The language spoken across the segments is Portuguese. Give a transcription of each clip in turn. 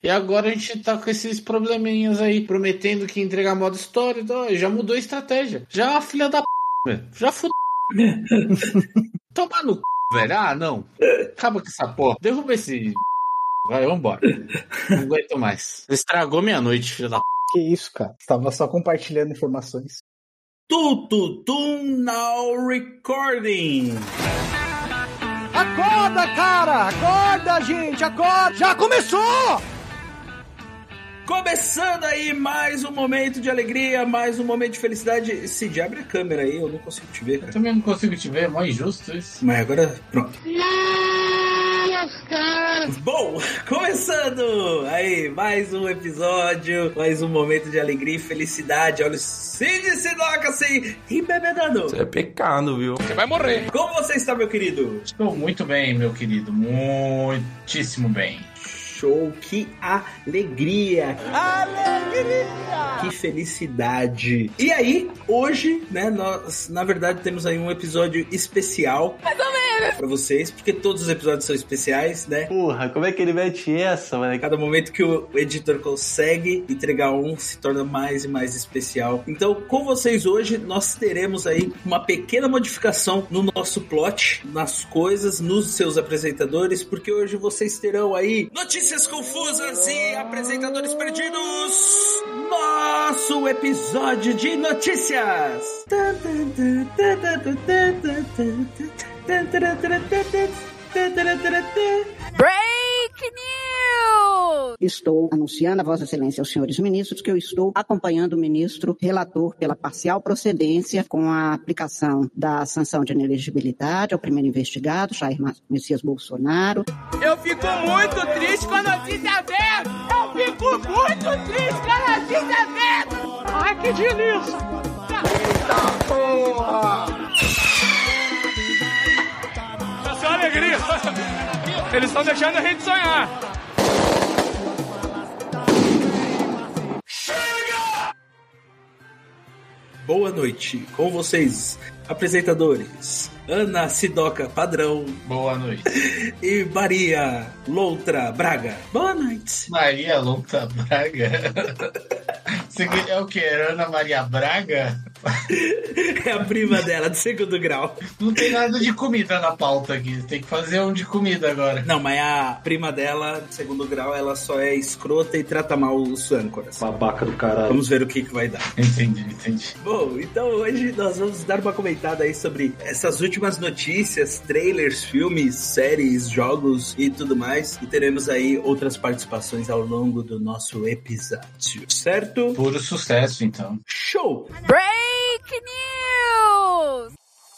E agora a gente tá com esses probleminhas aí, prometendo que ia entregar modo história. Então, já mudou a estratégia. Já a filha da p, velho. Já fudeu. Tomar no c, velho. Ah, não. Acaba com essa porra. Derruba esse. Vai, vambora. Não aguento mais. Estragou minha noite, filha da p. Que isso, cara? Tava só compartilhando informações. Tututum now recording. Acorda, cara! Acorda, gente! Acorda! Já começou! Começando aí mais um momento de alegria, mais um momento de felicidade. Cid, abre a câmera aí, eu não consigo te ver, cara. Eu também não consigo te ver, é mó injusto isso. Mas agora, pronto. Bom, começando aí mais um episódio, mais um momento de alegria e felicidade. Olha o Cid Sidoca assim, embebedando. Isso é pecado, viu? Você vai morrer. Como você está, meu querido? Estou muito bem, meu querido. Muitíssimo bem. Show, que alegria! Alegria! Que felicidade! E aí, hoje, né, nós, na verdade, temos aí um episódio especial. Mais ou menos! Pra vocês, porque todos os episódios são especiais, né? Porra, como é que ele mete essa, mano? Cada momento que o editor consegue entregar um, se torna mais e mais especial. Então, com vocês hoje, nós teremos aí uma pequena modificação no nosso plot, nas coisas, nos seus apresentadores, porque hoje vocês terão aí notícias confusas e apresentadores perdidos. Nosso episódio de notícias. Break News! Estou anunciando a Vossa Excelência aos senhores ministros que eu estou acompanhando o ministro relator pela parcial procedência com a aplicação da sanção de inelegibilidade ao primeiro investigado, Jair Messias Bolsonaro. Eu fico muito triste com a notícia verde! Eu fico muito triste com a notícia verde! Ai, que delícia! Eita porra! Essa é uma alegria! Eles estão deixando a gente sonhar! Boa noite, com vocês, apresentadores Ana Sidoca Padrão. Boa noite. E Maria Loutra Braga. Boa noite. Maria Loutra Braga? Você é o que? Ana Maria Braga? É a prima dela, de segundo grau. Não tem nada de comida na pauta aqui. Tem que fazer um de comida agora. Não, mas a prima dela, de segundo grau, ela só é escrota e trata mal os âncoras. Babaca do caralho. Vamos ver o que vai dar. Entendi. Bom, então hoje nós vamos dar uma comentada aí sobre essas últimas notícias, trailers, filmes, séries, jogos e tudo mais. E teremos aí outras participações ao longo do nosso episódio, certo? Puro sucesso, então. Show! Break News!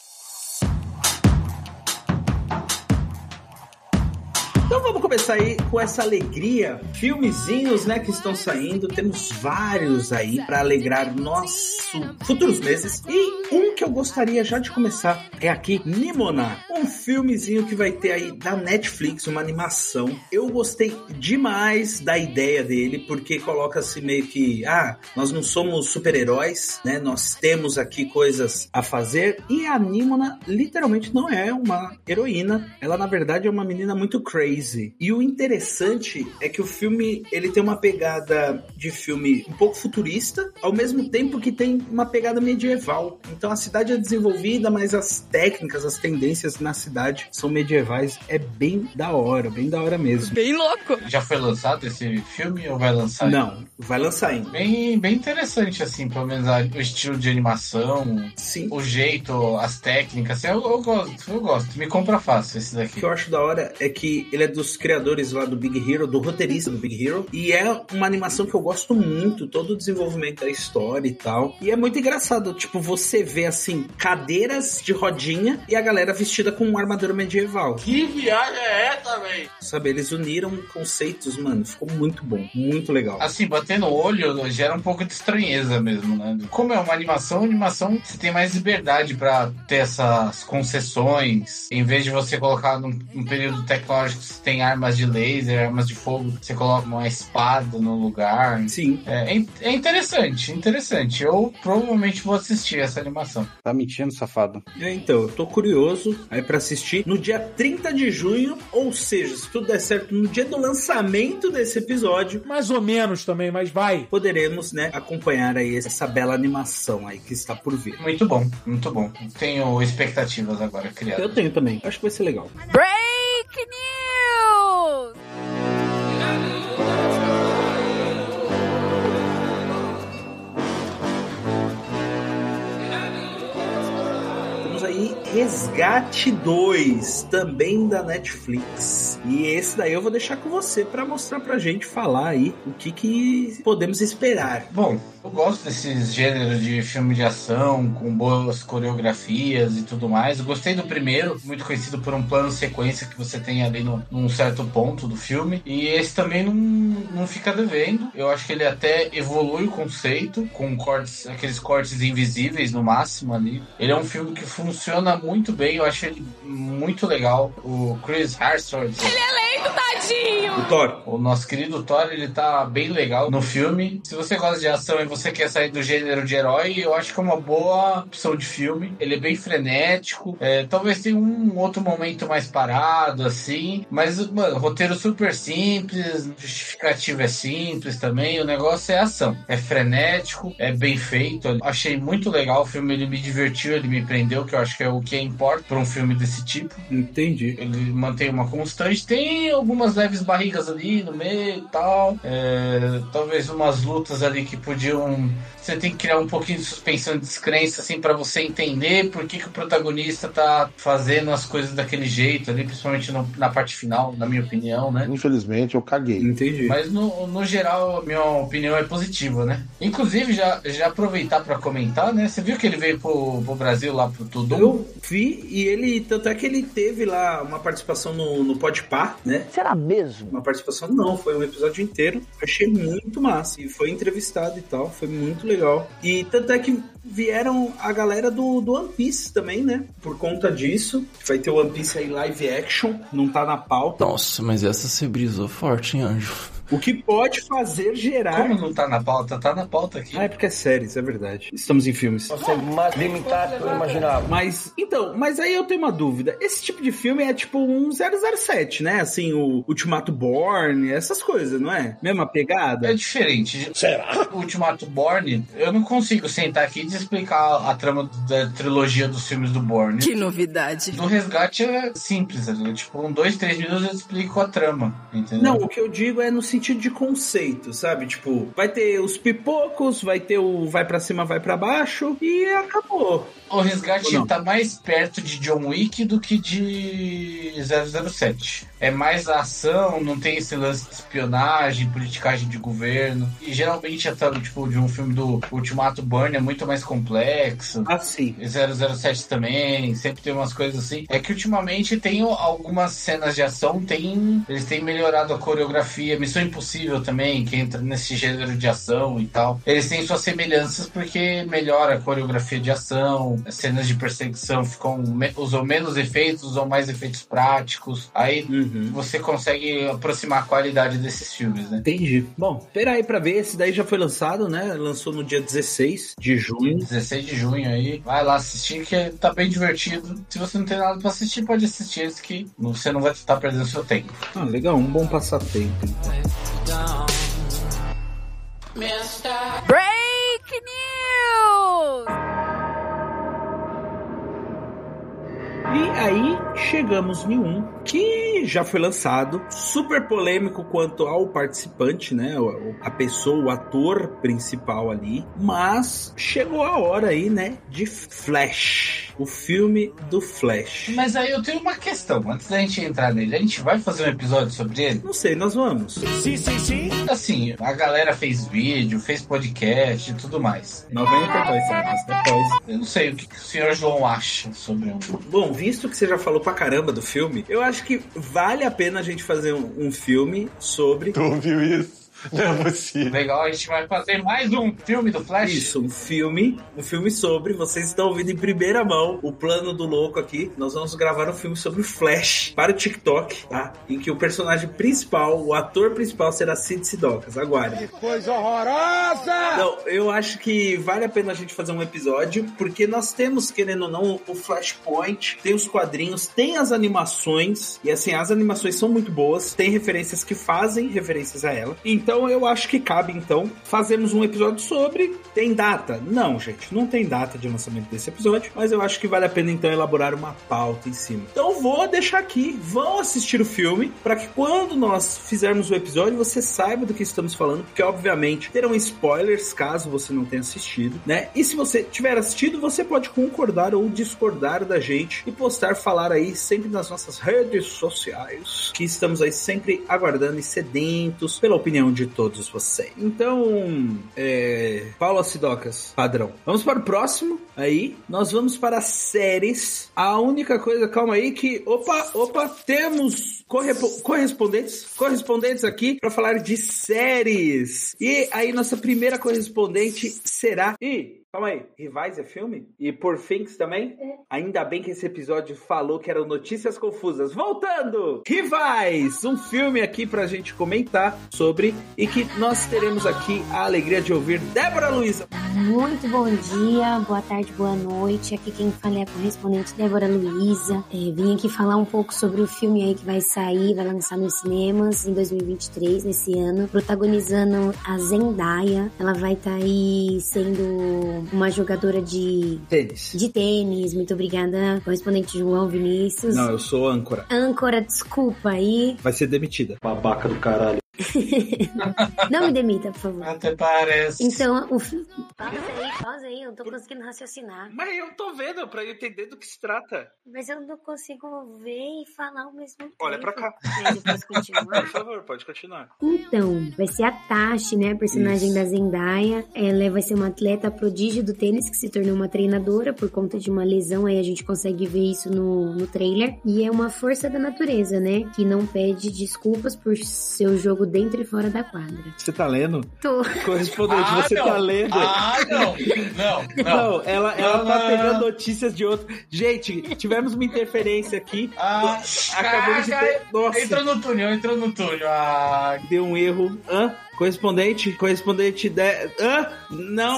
Então vamos começar aí com essa alegria. Filmezinhos, né, que estão saindo. Temos vários aí para alegrar nossos futuros meses. E um que eu gostaria já de começar é aqui, Nimona. Um filmezinho que vai ter aí da Netflix, uma animação. Eu gostei demais da ideia dele, porque coloca-se meio que, nós não somos super-heróis, né? Nós temos aqui coisas a fazer. E a Nimona literalmente não é uma heroína. Ela, na verdade, é uma menina muito crazy. E o interessante é que o filme, ele tem uma pegada de filme um pouco futurista, ao mesmo tempo que tem uma pegada medieval. Então a cidade é desenvolvida, mas as técnicas, as tendências na cidade são medievais. É bem da hora mesmo. Bem louco! Já foi lançado esse filme ou vai lançar? Não, vai lançar ainda. Bem interessante, assim, pelo menos o estilo de animação. Sim. O jeito, as técnicas. Assim, eu gosto. Me compra fácil esse daqui. O que eu acho da hora é que ele é dos criadores lá do Big Hero, do roteirista do Big Hero, e é uma animação que eu gosto muito, todo o desenvolvimento da história e tal, e é muito engraçado, tipo, você vê, assim, cadeiras de rodinha e a galera vestida com uma armadura medieval. Que viagem é essa, velho? Sabe, eles uniram conceitos, mano, ficou muito bom, muito legal. Assim, batendo o olho, gera um pouco de estranheza mesmo, né? Como é uma animação você tem mais liberdade pra ter essas concessões, em vez de você colocar num período tecnológico que tem armas de laser, armas de fogo, você coloca uma espada no lugar. Sim. É interessante. Eu provavelmente vou assistir essa animação. Tá mentindo, safado. Então, eu tô curioso aí pra assistir no dia 30 de junho, ou seja, se tudo der certo, no dia do lançamento desse episódio, Mais ou menos também, mas vai. poderemos, né, acompanhar aí essa bela animação aí que está por vir. Muito bom, muito bom. Tenho expectativas agora criadas. Eu tenho também, acho que vai ser legal. Break News! Temos aí Resgate 2, também da Netflix. E esse daí eu vou deixar com você pra mostrar pra gente, falar aí o que podemos esperar. Bom, eu gosto desses gêneros de filme de ação, com boas coreografias e tudo mais. Eu gostei do primeiro, muito conhecido por um plano sequência que você tem ali num certo ponto do filme. E esse também não fica devendo. Eu acho que ele até evolui o conceito, com cortes, aqueles cortes invisíveis no máximo ali. Ele é um filme que funciona muito bem, eu acho ele muito legal. O Chris Hemsworth, Ele é lindo, tadinho! O Thor. o nosso querido Thor, ele tá bem legal no filme. Se você gosta de ação e você quer sair do gênero de herói, eu acho que é uma boa opção de filme. Ele é bem frenético. Talvez tenha um outro momento mais parado, assim. Mas, mano, roteiro super simples, justificativa é simples também. O negócio é ação. É frenético, é bem feito. Eu achei muito legal o filme, ele me divertiu, ele me prendeu, que eu acho que é o que importa para um filme desse tipo. Entendi. Ele mantém uma constante. Tem algumas leves barrigas ali no meio e tal. Talvez umas lutas ali que podiam... Você tem que criar um pouquinho de suspensão de descrença, assim, pra você entender por que o protagonista tá fazendo as coisas daquele jeito ali, principalmente na parte final, na minha opinião, né? Infelizmente, eu caguei. Entendi. Mas no geral, a minha opinião é positiva, né? Inclusive, já aproveitar pra comentar, né? Você viu que ele veio pro Brasil lá pro Tudum? Eu vi, e ele, tanto é que ele teve lá uma participação no Podpah, né? Será mesmo? Uma participação não, foi um episódio inteiro. Achei muito massa. E foi entrevistado e tal, foi muito legal. E tanto é que vieram a galera do One Piece também, né? Por conta disso. Vai ter o One Piece aí live action, não tá na pauta. Nossa, mas essa você brisou forte, hein, Anjo? O que pode fazer gerar... Como não tá na pauta? Tá na pauta aqui. Ah, é porque é séries, é verdade. Estamos em filmes. Você é mais limitado que eu imaginava. Mas aí eu tenho uma dúvida. Esse tipo de filme é tipo um 007, né? Assim, o Ultimato Bourne, essas coisas, não é? Mesma pegada? É diferente. Será? O Ultimato Bourne, eu não consigo sentar aqui e explicar a trama da trilogia dos filmes do Bourne. Que novidade. Do Resgate é simples, né? Tipo, 2, 3 minutos eu explico a trama, entendeu? Não, o que eu digo é no sentido de conceito, sabe? Tipo, vai ter os pipocos, vai ter o vai pra cima, vai pra baixo e acabou. O Resgate tá mais perto de John Wick do que de 007. É mais a ação, não tem esse lance de espionagem, politicagem de governo. E geralmente a trama, tipo, de um filme do Ultimato Bourne é muito mais complexo. Ah, sim. 007 também, sempre tem umas coisas assim. É que ultimamente tem algumas cenas de ação, eles têm melhorado a coreografia. Missão Impossível também, que entra nesse gênero de ação e tal. Eles têm suas semelhanças porque melhora a coreografia de ação, as cenas de perseguição usam menos efeitos, usam mais efeitos práticos. Aí você consegue aproximar a qualidade desses filmes, né? Entendi. Bom, espera aí pra ver. Esse daí já foi lançado, né? Lançou no dia 16 de junho. 16 de junho aí. Vai lá assistir, que tá bem divertido. Se você não tem nada pra assistir, pode assistir esse que você não vai estar perdendo seu tempo. Ah, legal. Um bom passatempo, então. Break News! E aí chegamos em um que já foi lançado, super polêmico quanto ao participante, né? A pessoa, o ator principal ali. Mas chegou a hora aí, né? De Flash. O filme do Flash. Mas aí eu tenho uma questão, antes da gente entrar nele. A gente vai fazer um episódio sobre ele? Não sei, nós vamos. Sim. Assim, a galera fez vídeo, fez podcast e tudo mais. 92 anos depois. Eu não sei o que o senhor João acha sobre um... Bom, visto que você já falou pra caramba do filme, eu acho que vale a pena a gente fazer um filme sobre... Tu ouviu isso? Não é possível. Legal, a gente vai fazer mais um filme do Flash. Isso, um filme sobre, vocês estão ouvindo em primeira mão o plano do louco aqui. Nós vamos gravar um filme sobre o Flash para o TikTok, tá? Em que o personagem principal, o ator principal será Cid Sidocas. Aguarde. Coisa horrorosa! Não, eu acho que vale a pena a gente fazer um episódio, porque nós temos, querendo ou não, o Flashpoint, tem os quadrinhos, tem as animações, e assim, as animações são muito boas, tem referências que fazem referências a ela. Então eu acho que cabe, então, fazermos um episódio sobre. Tem data? Não, gente, não tem data de lançamento desse episódio, mas eu acho que vale a pena, então, elaborar uma pauta em cima. Então vou deixar aqui, vão assistir o filme, para que quando nós fizermos o episódio, você saiba do que estamos falando, porque obviamente terão spoilers, caso você não tenha assistido, né? E se você tiver assistido, você pode concordar ou discordar da gente e postar, falar aí sempre nas nossas redes sociais, que estamos aí sempre aguardando e sedentos pela opinião de todos vocês. Então, Paulo Sidocas, padrão. Vamos para o próximo, aí, nós vamos para as séries. A única coisa, calma aí, que, opa, temos correspondentes aqui para falar de séries. E aí, nossa primeira correspondente será... Calma aí, Rivais é filme? E Por Things também? Ainda bem que esse episódio falou que eram notícias confusas. Voltando! Rivais! Um filme aqui pra gente comentar sobre e que nós teremos aqui a alegria de ouvir Débora Luiza. Muito bom dia, boa tarde, boa noite. Aqui quem fala é a correspondente Débora Luiza. Vim aqui falar um pouco sobre o filme aí que vai sair, vai lançar nos cinemas em 2023, nesse ano. Protagonizando a Zendaya. Ela vai estar aí sendo... uma jogadora de tênis. Muito obrigada, correspondente João Vinícius. Não, eu sou âncora. Âncora, desculpa aí. Vai ser demitida. Babaca do caralho. Não me demita, por favor. Até parece. Então, o filme... Pausa aí, eu não tô conseguindo raciocinar. Mas eu tô vendo, pra eu entender do que se trata. Mas eu não consigo ver e falar ao mesmo tempo. Olha pra cá. Depois continuar? Por favor, pode continuar. Então, vai ser a Tashi, né, a personagem da Zendaya. Ela vai ser uma atleta prodígio do tênis que se tornou uma treinadora por conta de uma lesão. Aí a gente consegue ver isso no trailer. E é uma força da natureza, né, que não pede desculpas por seu jogo dentro e fora da quadra. Você tá lendo? Tô. Correspondente, você tá lendo? Não. Ela tá pegando notícias de outro. Gente, tivemos uma interferência aqui. Acabamos de ter... Nossa. Entrou no túnel. Deu um erro. Correspondente não.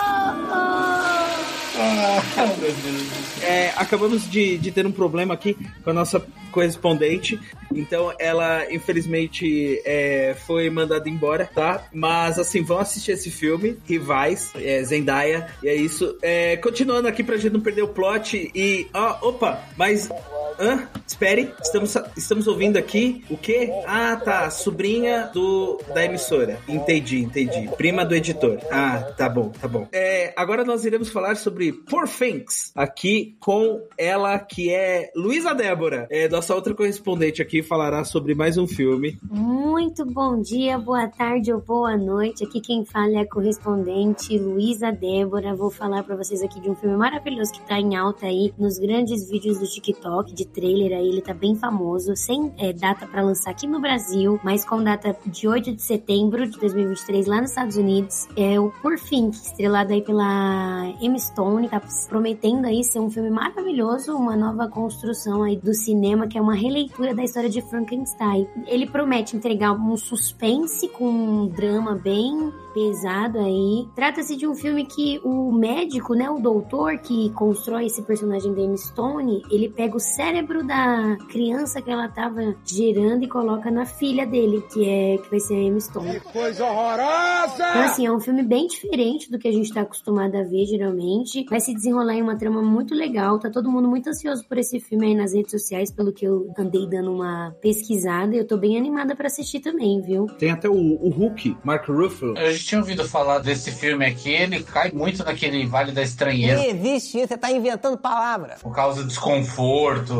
Acabamos de ter um problema aqui com a nossa correspondente. Então ela infelizmente foi mandada embora, tá? Mas assim, vão assistir esse filme, Rivais, Zendaya, e é isso. Continuando aqui pra gente não perder o plot e... mas... Espere, estamos ouvindo aqui o quê? Tá, sobrinha da emissora. Entendi. Prima do editor. Tá bom. Agora nós iremos falar sobre Poor Things, aqui com ela que é Luiza Débora, nossa outra correspondente aqui, falará sobre mais um filme. Muito bom dia, boa tarde ou boa noite. Aqui quem fala é a correspondente Luiza Débora. Vou falar pra vocês aqui de um filme maravilhoso que tá em alta aí nos grandes vídeos do TikTok, de trailer aí, ele tá bem famoso, sem data pra lançar aqui no Brasil, mas com data de 8 de setembro de 2023 lá nos Estados Unidos. É o Por Things, estrelado aí pela Emma Stone, tá prometendo aí ser um filme maravilhoso, uma nova construção aí do cinema, que é uma releitura da história de Frankenstein. Ele promete entregar um suspense com um drama bem pesado aí. Trata-se de um filme que o médico, né, o doutor que constrói esse personagem da Emma Stone, ele pega o cérebro da criança que ela tava gerando e coloca na filha dele, que vai ser a Emma Stone. Que coisa horrorosa! Então assim, é um filme bem diferente do que a gente tá acostumado a ver geralmente. Vai se desenrolar em uma trama muito legal. Tá todo mundo muito ansioso por esse filme aí nas redes sociais, pelo que eu andei dando uma pesquisada. Eu tô bem animada pra assistir também, viu? Tem até o Hulk, Mark Ruffalo. Eu já tinha ouvido falar desse filme aqui, ele cai muito naquele Vale da Estranheza. Não existe isso, você tá inventando palavra. Por causa do desconforto,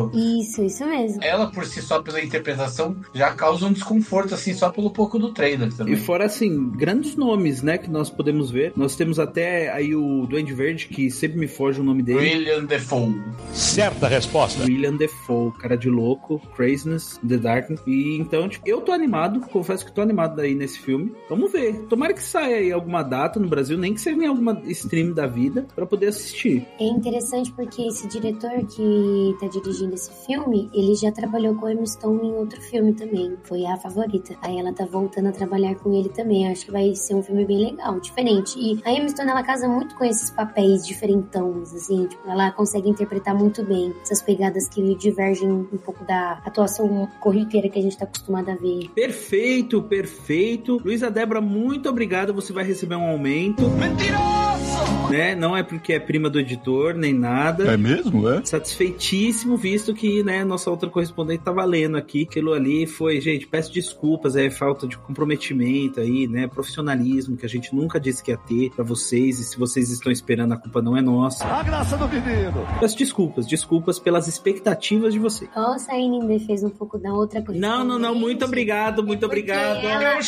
Isso. Isso mesmo. Ela, por si só, pela interpretação, já causa um desconforto, assim, só pelo pouco do trailer também. E fora, assim, grandes nomes, né, que nós podemos ver. Nós temos até aí o Duende Verde, que sempre me foge o nome dele. William Dafoe. Certa resposta. William Dafoe, cara de louco, Craziness, The Darkness. E então, tipo, eu tô animado, confesso que tô animado aí nesse filme. Vamos ver. Tomara que saia aí alguma data no Brasil, nem que seja em alguma stream da vida, pra poder assistir. É interessante porque esse diretor que tá dirigindo esse filme, ele já trabalhou com a Emma Stone em outro filme também. Foi A Favorita. Aí ela tá voltando a trabalhar com ele também. Acho que vai ser um filme bem legal, diferente. E a Emma Stone, ela casa muito com esses papéis diferentões, assim. Tipo, ela consegue interpretar muito bem essas pegadas que divergem um pouco da atuação corriqueira que a gente tá acostumado a ver. Perfeito, perfeito. Luísa Débora, muito obrigado. Você vai receber um aumento. Mentiroso! Né? Não é porque é prima do editor, nem nada. É mesmo, é? Satisfeitíssimo, visto que, né, nossa outra correspondente tava lendo aqui. Aquilo ali foi, gente, peço desculpas, é falta de comprometimento aí, né, profissionalismo, que a gente nunca disse que ia ter pra vocês, e se vocês estão esperando, a culpa não é nossa. A graça do menino! Peço desculpas pelas expectativas de vocês. Ó, saindo em defesa um pouco da outra coisa. Não, muito obrigado, muito obrigado. Ela... Meu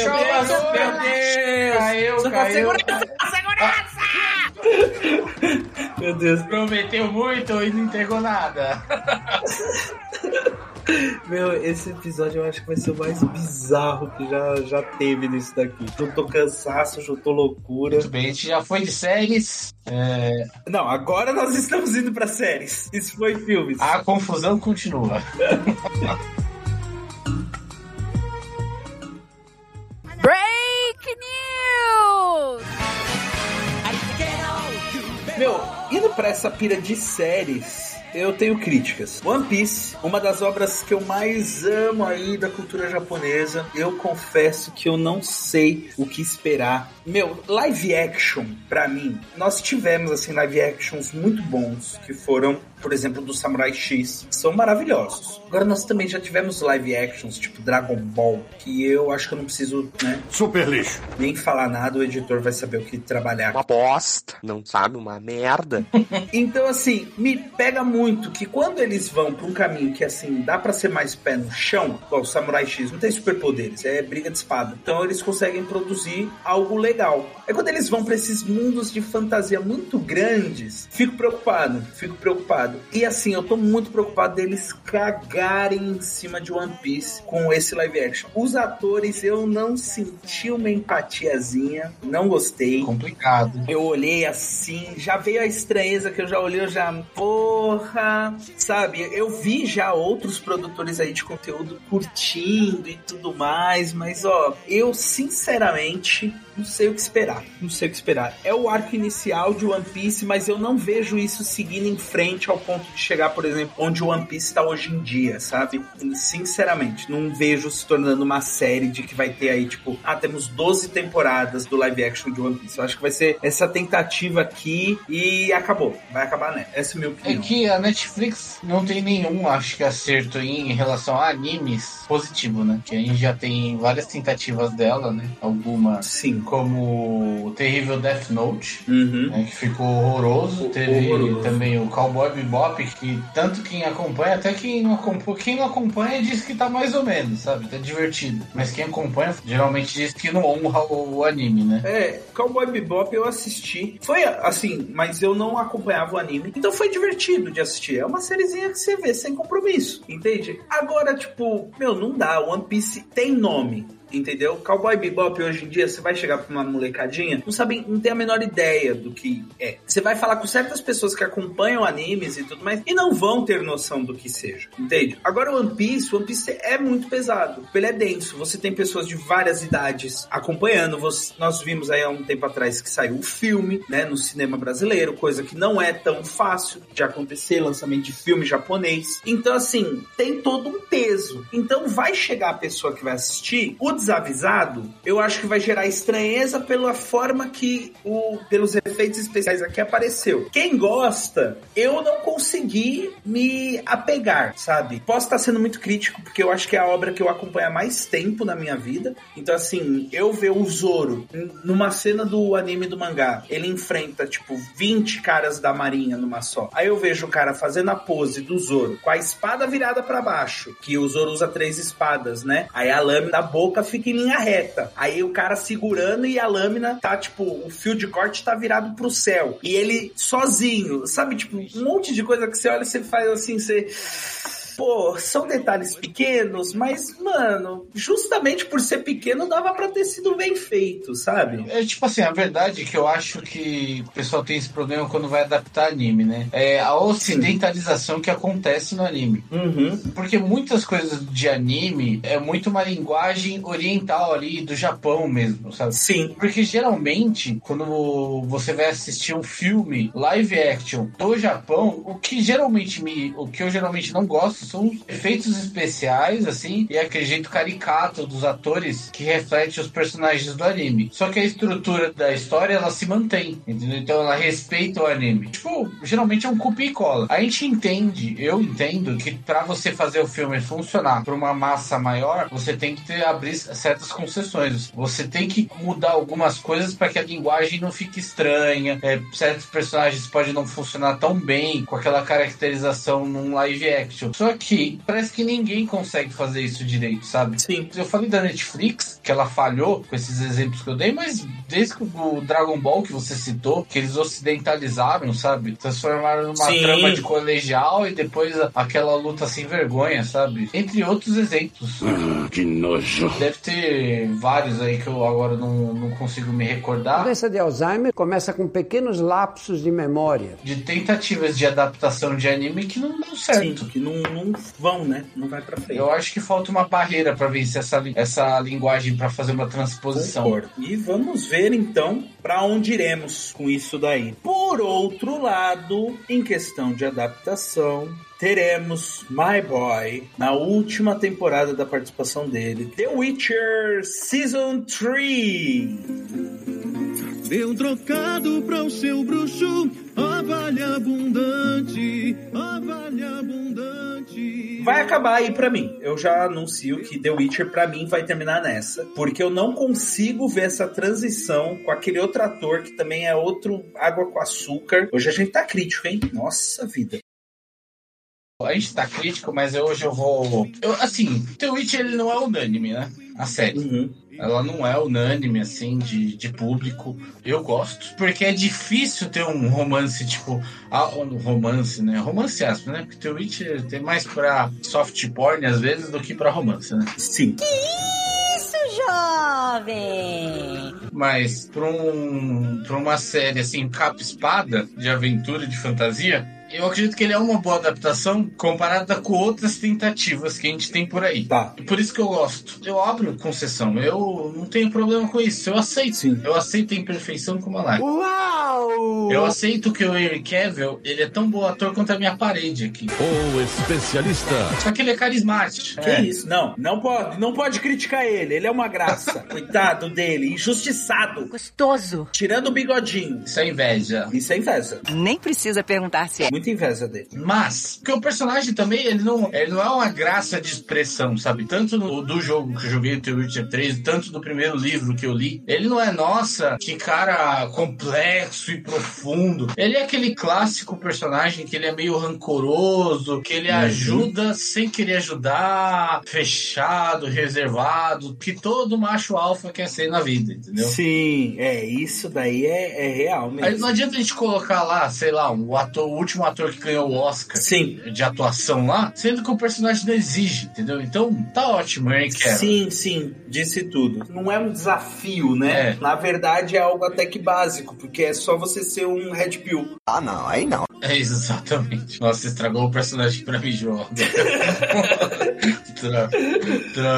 Deus! Caiu. Segurança! Meu Deus. Prometeu muito e não entregou nada. Meu, esse episódio eu acho que vai ser o mais bizarro que já teve nisso daqui. Juntou cansaço, juntou loucura. Muito bem, a gente já foi de séries. Não, agora nós estamos indo pra séries. Isso foi filmes. A confusão continua. Break News! Meu, indo pra essa pira de séries, eu tenho críticas. One Piece, uma das obras que eu mais amo aí da cultura japonesa. Eu confesso que eu não sei o que esperar. Meu, live action, pra mim, nós tivemos, assim, live actions muito bons, que foram, por exemplo, do Samurai X, que são maravilhosos. Agora nós também já tivemos live actions, tipo Dragon Ball, que eu acho que eu não preciso, né? Super lixo. Nem falar nada, o editor vai saber o que trabalhar. Uma bosta, não sabe? Uma merda. Então, assim, me pega muito que quando eles vão pra um caminho que, assim, dá pra ser mais pé no chão, igual o Samurai X, não tem superpoderes, é briga de espada. Então eles conseguem produzir algo legal. Aí quando eles vão pra esses mundos de fantasia muito grandes, fico preocupado. E assim, eu tô muito preocupado deles cagarem em cima de One Piece com esse live action. Os atores, eu não senti uma empatiazinha, não gostei. Complicado. Eu olhei assim, já veio a estranheza que eu já olhei, porra, sabe? Eu vi já outros produtores aí de conteúdo curtindo e tudo mais, mas ó, eu sinceramente não sei o que esperar. É o arco inicial de One Piece, mas eu não vejo isso seguindo em frente ao ponto de chegar, por exemplo, onde o One Piece está hoje em dia, sabe? Sinceramente, não vejo se tornando uma série de que vai ter aí, tipo, temos 12 temporadas do live action de One Piece. Eu acho que vai ser essa tentativa aqui e acabou. Vai acabar, né? Essa é a minha opinião. É que a Netflix não tem nenhum, acho que, acerto em relação a animes positivo, né? Que a gente já tem várias tentativas dela, né? Algumas. Sim. Como o terrível Death Note, né, que ficou horroroso. Teve também o Cowboy Bebop, que tanto quem acompanha, até quem não acompanha diz que tá mais ou menos, sabe? Tá divertido. Mas quem acompanha geralmente diz que não honra o anime, né? Cowboy Bebop eu assisti. Foi assim, mas eu não acompanhava o anime. Então foi divertido de assistir. É uma sériezinha que você vê sem compromisso, entende? Agora, tipo, não dá. One Piece tem nome. Entendeu? Cowboy Bebop hoje em dia, você vai chegar pra uma molecadinha, não tem a menor ideia do que é. Você vai falar com certas pessoas que acompanham animes e tudo mais, e não vão ter noção do que seja, entende? Agora o One Piece é muito pesado, ele é denso, você tem pessoas de várias idades acompanhando, nós vimos aí há um tempo atrás que saiu o filme, né, no cinema brasileiro, coisa que não é tão fácil de acontecer, lançamento de filme japonês. Então assim, tem todo um peso. Então vai chegar a pessoa que vai assistir, o desavisado, eu acho que vai gerar estranheza pela forma que pelos efeitos especiais aqui apareceu. Quem gosta, eu não consegui me apegar, sabe? Posso estar sendo muito crítico, porque eu acho que é a obra que eu acompanho há mais tempo na minha vida. Então, assim, eu ver o Zoro numa cena do anime do mangá, ele enfrenta, tipo, 20 caras da marinha numa só. Aí eu vejo o cara fazendo a pose do Zoro, com a espada virada pra baixo, que o Zoro usa 3 espadas, né? Aí a lâmina da boca fica em linha reta. Aí o cara segurando e a lâmina tá, tipo, o fio de corte tá virado pro céu. E ele sozinho, sabe? Tipo, um monte de coisa que você olha e você faz assim, você... Pô, são detalhes pequenos, mas, mano, justamente por ser pequeno dava pra ter sido bem feito, sabe? É tipo assim, a verdade é que eu acho que o pessoal tem esse problema quando vai adaptar anime, né? É a ocidentalização que acontece no anime. Uhum. Porque muitas coisas de anime é muito uma linguagem oriental ali, do Japão mesmo, sabe? Sim. Porque geralmente, quando você vai assistir um filme live action do Japão, o que eu geralmente não gosto são efeitos especiais, assim, e aquele jeito caricato dos atores que reflete os personagens do anime. Só que a estrutura da história, ela se mantém, entendeu? Então ela respeita o anime. Tipo, geralmente é um copia e cola. A gente eu entendo que pra você fazer o filme funcionar pra uma massa maior, você tem que abrir certas concessões. Você tem que mudar algumas coisas pra que a linguagem não fique estranha. Certos personagens podem não funcionar tão bem com aquela caracterização num live action. Só que parece que ninguém consegue fazer isso direito, sabe? Sim. Eu falei da Netflix, que ela falhou com esses exemplos que eu dei, mas desde o Dragon Ball que você citou, que eles ocidentalizaram, sabe? Transformaram numa trama de colegial e depois aquela luta sem vergonha, sabe? Entre outros exemplos. Que nojo. Deve ter vários aí que eu agora não consigo me recordar. A doença de Alzheimer começa com pequenos lapsos de memória. De tentativas de adaptação de anime que não dão certo. Sim, que não vão, né? Não vai pra frente. Eu acho que falta uma barreira pra vencer essa linguagem pra fazer uma transposição. Concordo. E vamos ver, então, pra onde iremos com isso daí. Por outro lado, em questão de adaptação, teremos My Boy na última temporada da participação dele, The Witcher Season 3. Dê um trocado para o seu bruxo, ó vale abundante, ó vale abundante. Vai acabar aí pra mim. Eu já anuncio que The Witcher pra mim vai terminar nessa, porque eu não consigo ver essa transição com aquele outro ator que também é outro água com açúcar. Hoje a gente tá crítico, hein? Nossa vida. A gente tá crítico, mas hoje eu vou... assim, The Witcher ele não é unânime, né? A série. Uhum. Ela não é unânime, assim, de público. Eu gosto. Porque é difícil ter um romance, tipo... um romance, né? Romance aspas, né? Porque The Witcher tem mais pra soft porn, às vezes, do que pra romance, né? Sim. Que isso, jovem? Mas pra uma série, assim, capa-espada, de aventura, de fantasia... Eu acredito que ele é uma boa adaptação comparada com outras tentativas que a gente tem por aí. Tá. Por isso que eu gosto. Eu abro concessão. Eu não tenho problema com isso. Eu aceito. Sim. Eu aceito a imperfeição como ela é. Uau! Eu aceito que o Henry Cavill, ele é tão bom ator quanto a minha parede aqui. O especialista. Só que ele é carismático. Que isso? Não pode criticar ele. Ele é uma graça. Coitado dele. Injustiçado. Gostoso. Tirando o bigodinho. Isso é inveja. Isso é inveja. Nem precisa perguntar se é. Muita inveja dele. Mas, porque o personagem também, ele não é uma graça de expressão, sabe? Tanto do jogo que eu joguei, The Witcher 3, tanto do primeiro livro que eu li. Ele não é, nossa, que cara complexo e profundo. Ele é aquele clássico personagem que ele é meio rancoroso, que ele ajuda sem querer ajudar, fechado, reservado, que todo macho alfa quer ser na vida, entendeu? Sim, isso daí é real mesmo. Aí não adianta a gente colocar lá, sei lá, o último ator que ganhou o Oscar de atuação lá, sendo que o personagem não exige, entendeu? Então, tá ótimo, hein, Kevin? Sim, disse tudo. Não é um desafio, né? Na verdade, é algo até que básico, porque é só você ser um Red Pill. Ah, não, aí não. É, exatamente. Nossa, estragou o personagem pra mim, João. Droga.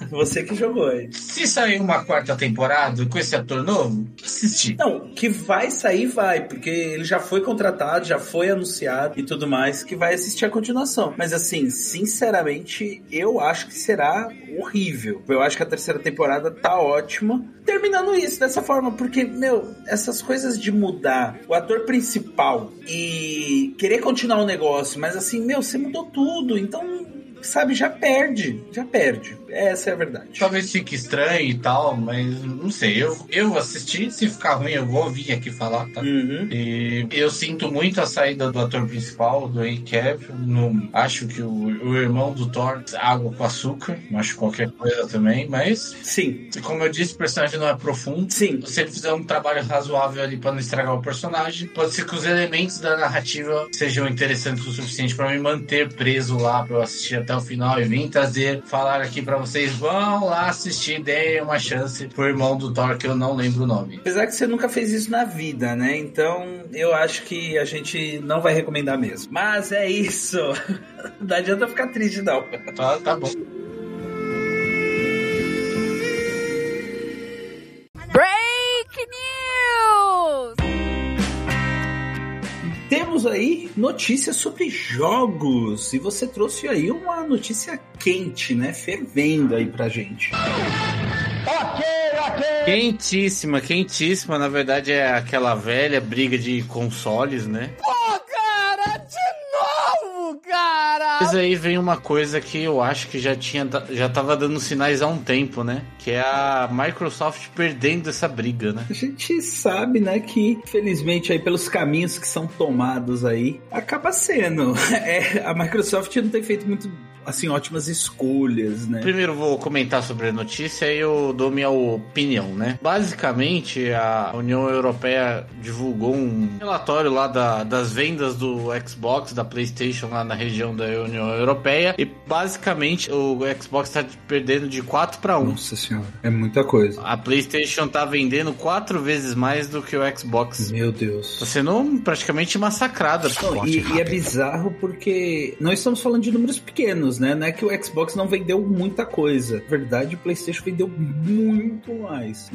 Você que jogou aí. Se sair uma quarta temporada com esse ator novo, assistir. Não, que vai sair, vai, porque ele já foi contratado, já foi anunciado e tudo mais, que vai assistir a continuação. Mas assim, sinceramente, eu acho que será horrível. Eu acho que a terceira temporada tá ótima. Terminando isso dessa forma, porque, meu, essas coisas de mudar o ator principal e querer continuar o negócio, mas assim, meu, você mudou tudo, então, sabe, já perde. Essa é a verdade. Talvez fique estranho e tal, mas não sei. Eu assisti, se ficar ruim eu vou vir aqui falar, tá? E eu sinto muito a saída do ator principal, do Henry Cavill. Não, acho que o irmão do Thor, água com açúcar, acho qualquer coisa também, mas... Sim. Como eu disse, o personagem não é profundo. Sim. Se ele fizer um trabalho razoável ali pra não estragar o personagem, pode ser que os elementos da narrativa sejam interessantes o suficiente pra me manter preso lá, pra eu assistir até o final e vir falar aqui pra vocês, vão lá assistir, deem uma chance pro irmão do Thor, que eu não lembro o nome. Apesar que você nunca fez isso na vida, né? Então, eu acho que a gente não vai recomendar mesmo. Mas é isso. Não adianta ficar triste, não. Tá bom. Break News! Temos aí notícias sobre jogos. E você trouxe aí uma notícia quente, né? Fervendo aí pra gente. Quentíssima. Na verdade é aquela velha briga de consoles, né? Pô, cara, de novo, cara! Mas aí vem uma coisa que eu acho que já tava dando sinais há um tempo, né? Que é a Microsoft perdendo essa briga, né? A gente sabe, né, que felizmente aí pelos caminhos que são tomados aí, acaba sendo. A Microsoft não tem feito muito, assim, ótimas escolhas, né? Primeiro vou comentar sobre a notícia e eu dou minha opinião, né? Basicamente, a União Europeia divulgou um relatório lá das vendas do Xbox, da PlayStation lá na região da União Europeia, e basicamente o Xbox tá perdendo de 4-1. Nossa senhora, é muita coisa. A PlayStation tá vendendo 4 vezes mais do que o Xbox. Meu Deus. Tá sendo praticamente massacrada. E é bizarro porque nós estamos falando de números pequenos, né? Não é que o Xbox não vendeu muita coisa. Na verdade, o PlayStation vendeu muito mais.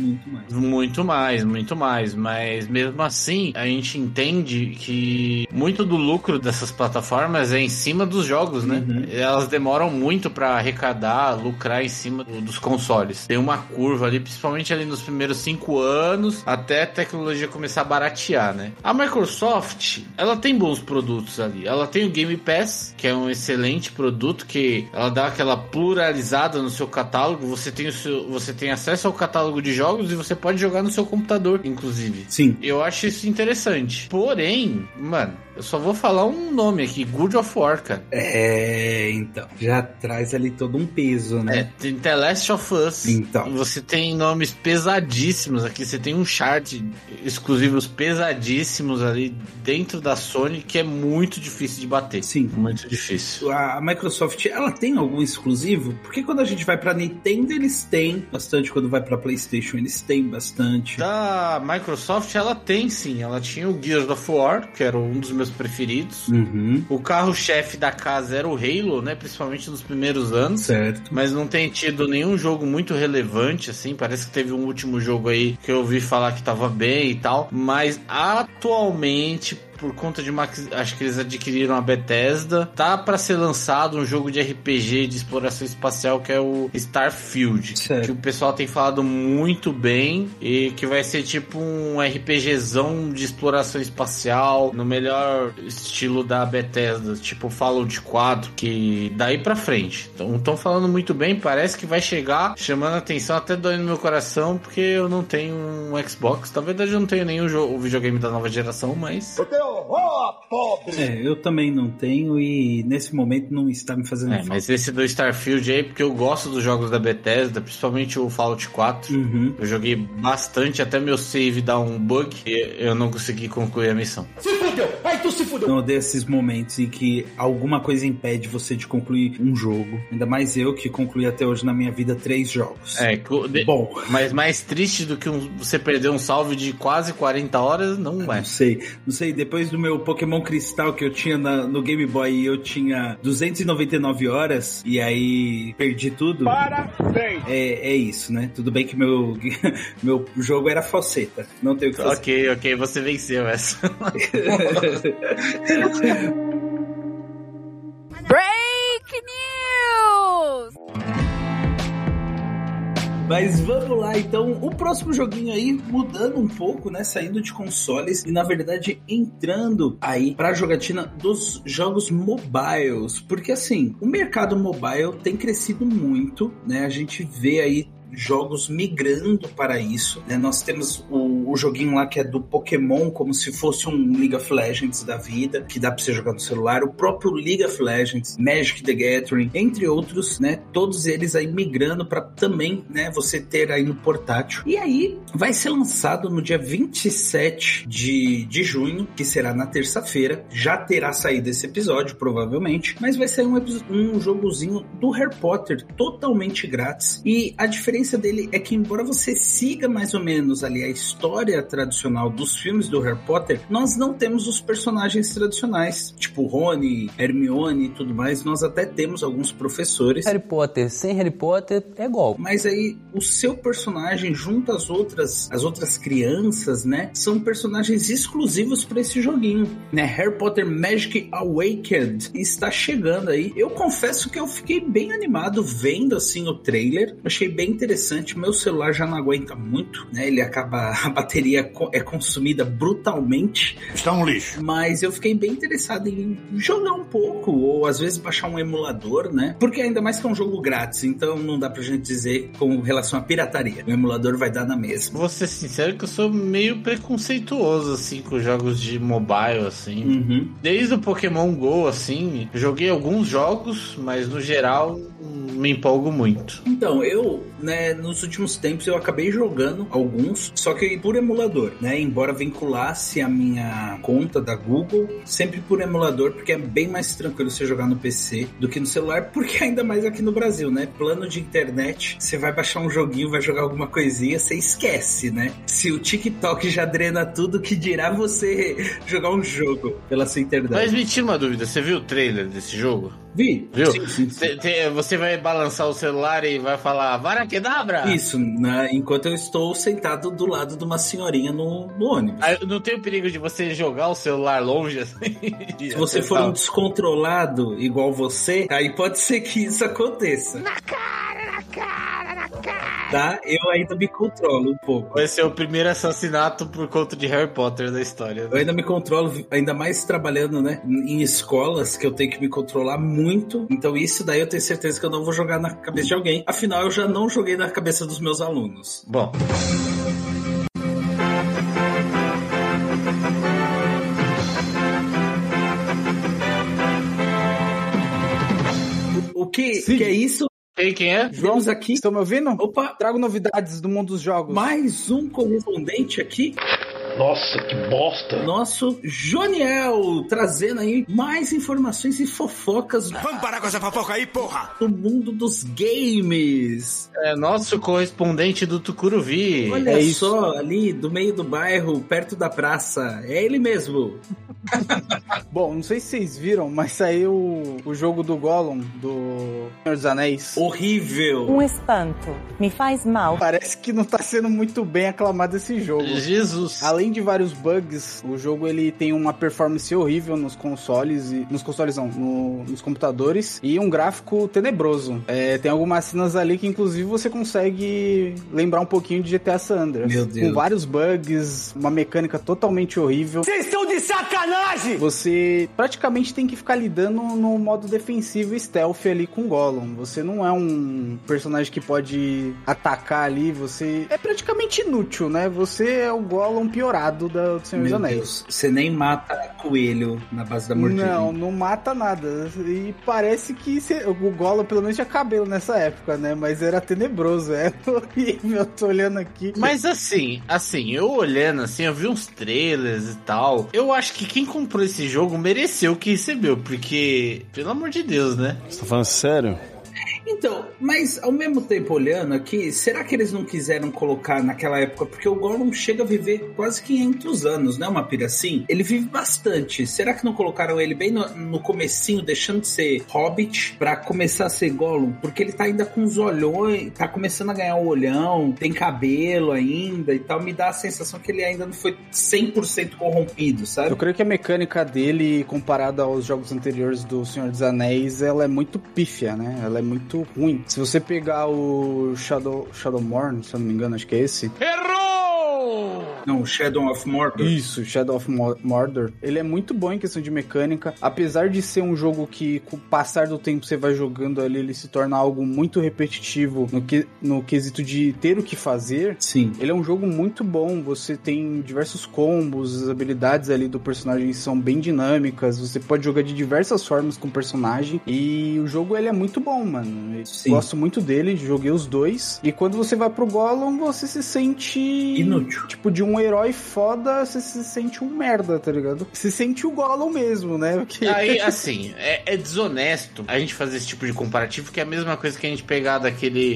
Muito mais. Mas mesmo assim, a gente entende que muito do lucro dessas plataformas é em cima dos jogos, né? Elas demoram muito pra arrecadar, lucrar em cima dos consoles. Tem uma curva ali, principalmente ali nos primeiros 5 anos, até a tecnologia começar a baratear, né? A Microsoft, ela tem bons produtos ali. Ela tem o Game Pass, que é um excelente produto, que ela dá aquela pluralizada no seu catálogo. Você tem acesso ao catálogo de jogos e você pode jogar no seu computador, inclusive. Sim. Eu acho isso interessante. Porém, mano, eu só vou falar um nome aqui, God of War, cara. Então, já traz ali todo um peso, né? Tem The Last of Us. Então. Você tem nomes pesadíssimos aqui, você tem um chart exclusivos pesadíssimos ali dentro da Sony, que é muito difícil de bater. Sim. Muito difícil. A Microsoft, ela tem algum exclusivo? Porque quando a gente vai pra Nintendo, eles têm bastante. Quando vai pra PlayStation, eles têm bastante. Da Microsoft, ela tem sim. Ela tinha o Gears of War, que era um dos meus preferidos. O carro-chefe da casa era o Halo, né? Principalmente nos primeiros anos. Certo. Mas não tem tido nenhum jogo muito relevante, assim. Parece que teve um último jogo aí que eu ouvi falar que tava bem e tal. Mas atualmente, por conta de acho que eles adquiriram a Bethesda, tá pra ser lançado um jogo de RPG de exploração espacial que é o Starfield, certo, que o pessoal tem falado muito bem e que vai ser tipo um RPGzão de exploração espacial no melhor estilo da Bethesda, tipo Fallout 4, que daí pra frente. Então estão falando muito bem, parece que vai chegar chamando a atenção, até doendo no meu coração, porque eu não tenho um Xbox. Na verdade eu não tenho nenhum videogame da nova geração, mas eu também não tenho e nesse momento não está me fazendo falta. Mas esse do Starfield aí, porque eu gosto dos jogos da Bethesda, principalmente o Fallout 4. Eu joguei bastante, até meu save dá um bug e eu não consegui concluir a missão. Se fudeu! Ai, tu se fudeu. Não odeio esses momentos em que alguma coisa impede você de concluir um jogo. Ainda mais eu que concluí até hoje na minha vida 3 jogos. Bom. Mas mais triste do que você perder um salve de quase 40 horas, não é. Não sei. Depois do meu Pokémon Cristal que eu tinha no Game Boy, eu tinha 299 horas e aí perdi tudo. Parabéns! É isso, né? Tudo bem que meu jogo era falseta. Não tem o que fazer. Ok, você venceu essa. Break News! Mas vamos lá, então, o próximo joguinho aí, mudando um pouco, né, saindo de consoles e, na verdade, entrando aí pra jogatina dos jogos mobiles, porque, assim, o mercado mobile tem crescido muito, né, a gente vê aí jogos migrando para isso, né? Nós temos o joguinho lá que é do Pokémon, como se fosse um League of Legends da vida, que dá para você jogar no celular, o próprio League of Legends, Magic the Gathering, entre outros, né? Todos eles aí migrando para também, né, você ter aí no portátil. E aí vai ser lançado no dia 27 de junho, que será na terça-feira. Já terá saído esse episódio, provavelmente, mas vai sair um jogozinho do Harry Potter totalmente grátis. E a diferença dele é que, embora você siga mais ou menos ali a história tradicional dos filmes do Harry Potter, nós não temos os personagens tradicionais, tipo Rony, Hermione e tudo mais. Nós até temos alguns professores. Harry Potter sem Harry Potter é golpe. Mas aí o seu personagem junto às outras crianças, né, são personagens exclusivos para esse joguinho, né? Harry Potter Magic Awakened está chegando aí. Eu confesso que eu fiquei bem animado vendo assim o trailer. Achei bem interessante. Meu celular já não aguenta muito, né? A bateria é consumida brutalmente. Está um lixo. Mas eu fiquei bem interessado em jogar um pouco, ou às vezes baixar um emulador, né? Porque ainda mais que é um jogo grátis, então não dá pra gente dizer com relação à pirataria. O emulador vai dar na mesma. Vou ser sincero que eu sou meio preconceituoso, assim, com jogos de mobile, assim. Uhum. Desde o Pokémon GO, assim, joguei alguns jogos, mas no geral me empolgo muito. Então, eu, né, nos últimos tempos eu acabei jogando alguns, só que por emulador, né? Embora vinculasse a minha conta da Google, sempre por emulador, porque é bem mais tranquilo você jogar no PC do que no celular, porque ainda mais aqui no Brasil, né? Plano de internet, você vai baixar um joguinho, vai jogar alguma coisinha, você esquece, né? Se o TikTok já drena tudo, que dirá você jogar um jogo pela sua internet. Mas me tira uma dúvida, você viu o trailer desse jogo? Vi. Viu? Sim. Você vai balançar o celular e vai falar Varakedabra? Isso, né? Enquanto eu estou sentado do lado de uma senhorinha no ônibus. Não tem o perigo de você jogar o celular longe assim? Se você for um descontrolado igual você, aí pode ser que isso aconteça. Na cara! Tá? Eu ainda me controlo um pouco. Vai ser o primeiro assassinato por conta de Harry Potter da história. Né? Eu ainda me controlo, ainda mais trabalhando, né, em escolas, que eu tenho que me controlar muito. Então isso daí eu tenho certeza que eu não vou jogar na cabeça de alguém. Afinal, eu já não joguei na cabeça dos meus alunos. Bom... O que é isso? Quem é? João, aqui. Estão me ouvindo? Opa! Trago novidades do mundo dos jogos. Mais um correspondente aqui. Nossa, que bosta! Nosso Joniel, trazendo aí mais informações e fofocas. Vamos parar com essa fofoca aí, porra! Do mundo dos games. É nosso correspondente do Tucuruvi. Olha só, ali do meio do bairro, perto da praça. É ele mesmo. Bom, não sei se vocês viram, mas saiu o jogo do Gollum, do Senhor dos Anéis. Horrível. Um espanto. Me faz mal. Parece que não tá sendo muito bem aclamado esse jogo. Jesus. Além de vários bugs, o jogo ele tem uma performance horrível nos consoles, nos computadores, e um gráfico tenebroso. Tem algumas cenas ali que inclusive você consegue lembrar um pouquinho de GTA San Andreas. Meu Deus. Com vários bugs, uma mecânica totalmente horrível. Vocês estão de sacanagem! Você praticamente tem que ficar lidando no modo defensivo e stealth ali com o Gollum. Você não é um personagem que pode atacar ali, você é praticamente inútil, né? Você é o Gollum piorado. aprimorado do Senhor dos Anéis. Deus, você nem mata coelho na base da mordida. Não mata nada. E parece que o Gollum pelo menos tinha cabelo nessa época, né? Mas era tenebroso, era horrível. Eu tô olhando aqui. Mas assim, eu olhando assim, eu vi uns trailers e tal. Eu acho que quem comprou esse jogo mereceu o que recebeu, porque, pelo amor de Deus, né? Você tá falando sério? Então, mas ao mesmo tempo olhando aqui, será que eles não quiseram colocar naquela época? Porque o Gollum chega a viver quase 500 anos, né? Uma pira assim. Ele vive bastante. Será que não colocaram ele bem no comecinho, deixando de ser Hobbit, pra começar a ser Gollum? Porque ele tá ainda com os olhões, tá começando a ganhar o olhão, tem cabelo ainda e tal. Me dá a sensação que ele ainda não foi 100% corrompido, sabe? Eu creio que a mecânica dele, comparada aos jogos anteriores do Senhor dos Anéis, ela é muito pífia, né? Ela é muito ruim. Se você pegar o Shadowmoor, se eu não me engano, acho que é esse. Errou! Não, Shadow of Mordor. Isso, Shadow of Mordor. Ele é muito bom em questão de mecânica. Apesar de ser um jogo que, com o passar do tempo, você vai jogando ali, ele se torna algo muito repetitivo no quesito de ter o que fazer. Sim. Ele é um jogo muito bom. Você tem diversos combos, as habilidades ali do personagem são bem dinâmicas. Você pode jogar de diversas formas com o personagem. E o jogo, ele é muito bom, mano. Eu gosto muito dele, joguei os dois. E quando você vai pro Gollum, você se sente... inútil. Tipo, de um herói foda, você se sente um merda, tá ligado? Se sente o Gollum mesmo, né? Porque... Aí, assim, é desonesto a gente fazer esse tipo de comparativo, que é a mesma coisa que a gente pegar daquele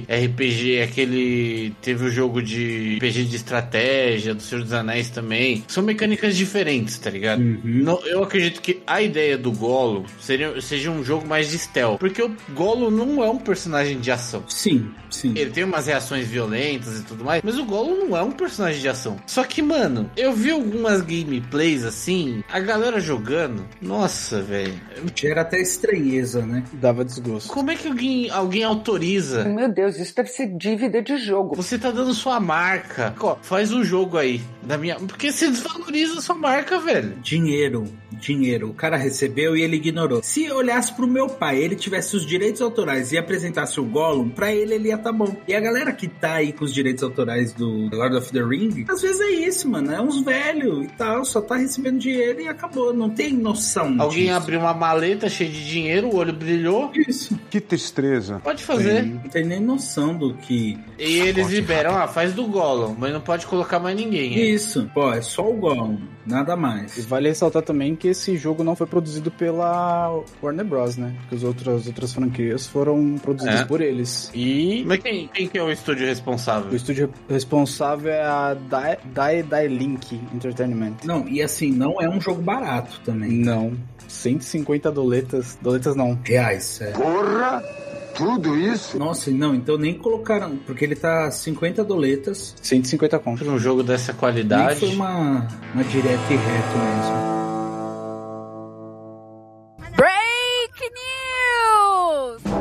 RPG, teve o jogo de RPG de estratégia, do Senhor dos Anéis também. São mecânicas diferentes, tá ligado? Uhum. Eu acredito que a ideia do Gollum seja um jogo mais de stealth, porque o Gollum não é um personagem de ação. Sim. Ele tem umas reações violentas e tudo mais, mas o Gollum não é um personagem de ação. Só que, mano, eu vi algumas gameplays assim, a galera jogando, nossa, velho. Gera até estranheza, né? Dava desgosto. Como é que alguém autoriza? Meu Deus, isso deve ser dívida de jogo. Você tá dando sua marca. Faz um jogo aí. Porque você desvaloriza a sua marca, velho. Dinheiro. O cara recebeu e ele ignorou. Se olhasse pro meu pai, ele tivesse os direitos autorais e apresentasse o Gollum, pra ele ia tá bom. E a galera que tá aí com os direitos autorais do Lord of the Ring, às vezes é isso, mano. É uns velhos e tal, só tá recebendo dinheiro e acabou. Não tem noção Alguém disso. abriu uma maleta cheia de dinheiro, o olho brilhou. Isso. Que tristeza. Pode fazer. Não tem nem noção do que... E eles liberam, faz do Gollum, mas não pode colocar mais ninguém. Hein? Isso. Pô, é só o Gollum. Nada mais. E vale ressaltar também que esse jogo não foi produzido pela Warner Bros, né? Porque as outras franquias foram produzidas por eles. Mas quem que é o estúdio responsável? O estúdio responsável é a Die Link Entertainment. Não, e assim, não é um jogo barato também. Não. 150 doletas. Doletas não. Reais, é. Porra! Tudo isso? Nossa, não, então nem colocaram, porque ele tá 50 doletas. 150 conto. Pra um jogo dessa qualidade. Nem foi uma direta e reto mesmo. Break News!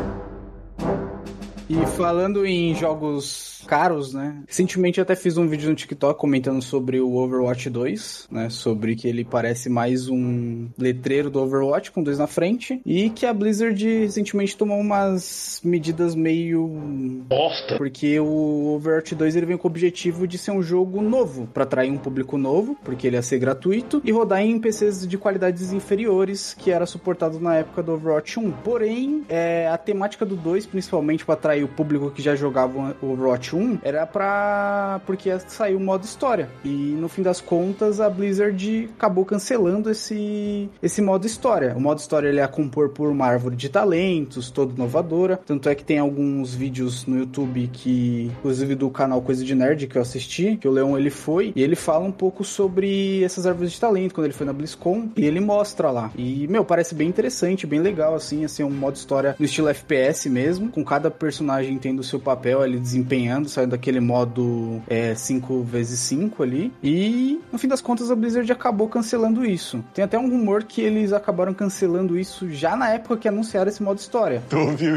E falando em jogos caros, né? Recentemente eu até fiz um vídeo no TikTok comentando sobre o Overwatch 2, né? Sobre que ele parece mais um letreiro do Overwatch com 2 na frente. E que a Blizzard recentemente tomou umas medidas meio... bosta. Porque o Overwatch 2 ele vem com o objetivo de ser um jogo novo, pra atrair um público novo, porque ele ia ser gratuito, e rodar em PCs de qualidades inferiores, que era suportado na época do Overwatch 1. Porém, a temática do 2, principalmente pra atrair o público que já jogava o Overwatch 1, era porque ia sair o modo história. E no fim das contas, a Blizzard acabou cancelando esse modo história. O modo história ele ia compor por uma árvore de talentos, toda inovadora. Tanto é que tem alguns vídeos no YouTube que, inclusive do canal Coisa de Nerd, que eu assisti, que o Leon ele foi, e ele fala um pouco sobre essas árvores de talento, quando ele foi na BlizzCon, e ele mostra lá. E, parece bem interessante, bem legal, assim um modo história no estilo FPS mesmo, com cada personagem tendo o seu papel ali desempenhando, saindo daquele modo 5x5 ali. E, no fim das contas, a Blizzard acabou cancelando isso. Tem até um rumor que eles acabaram cancelando isso já na época que anunciaram esse modo história. Tu ouviu isso?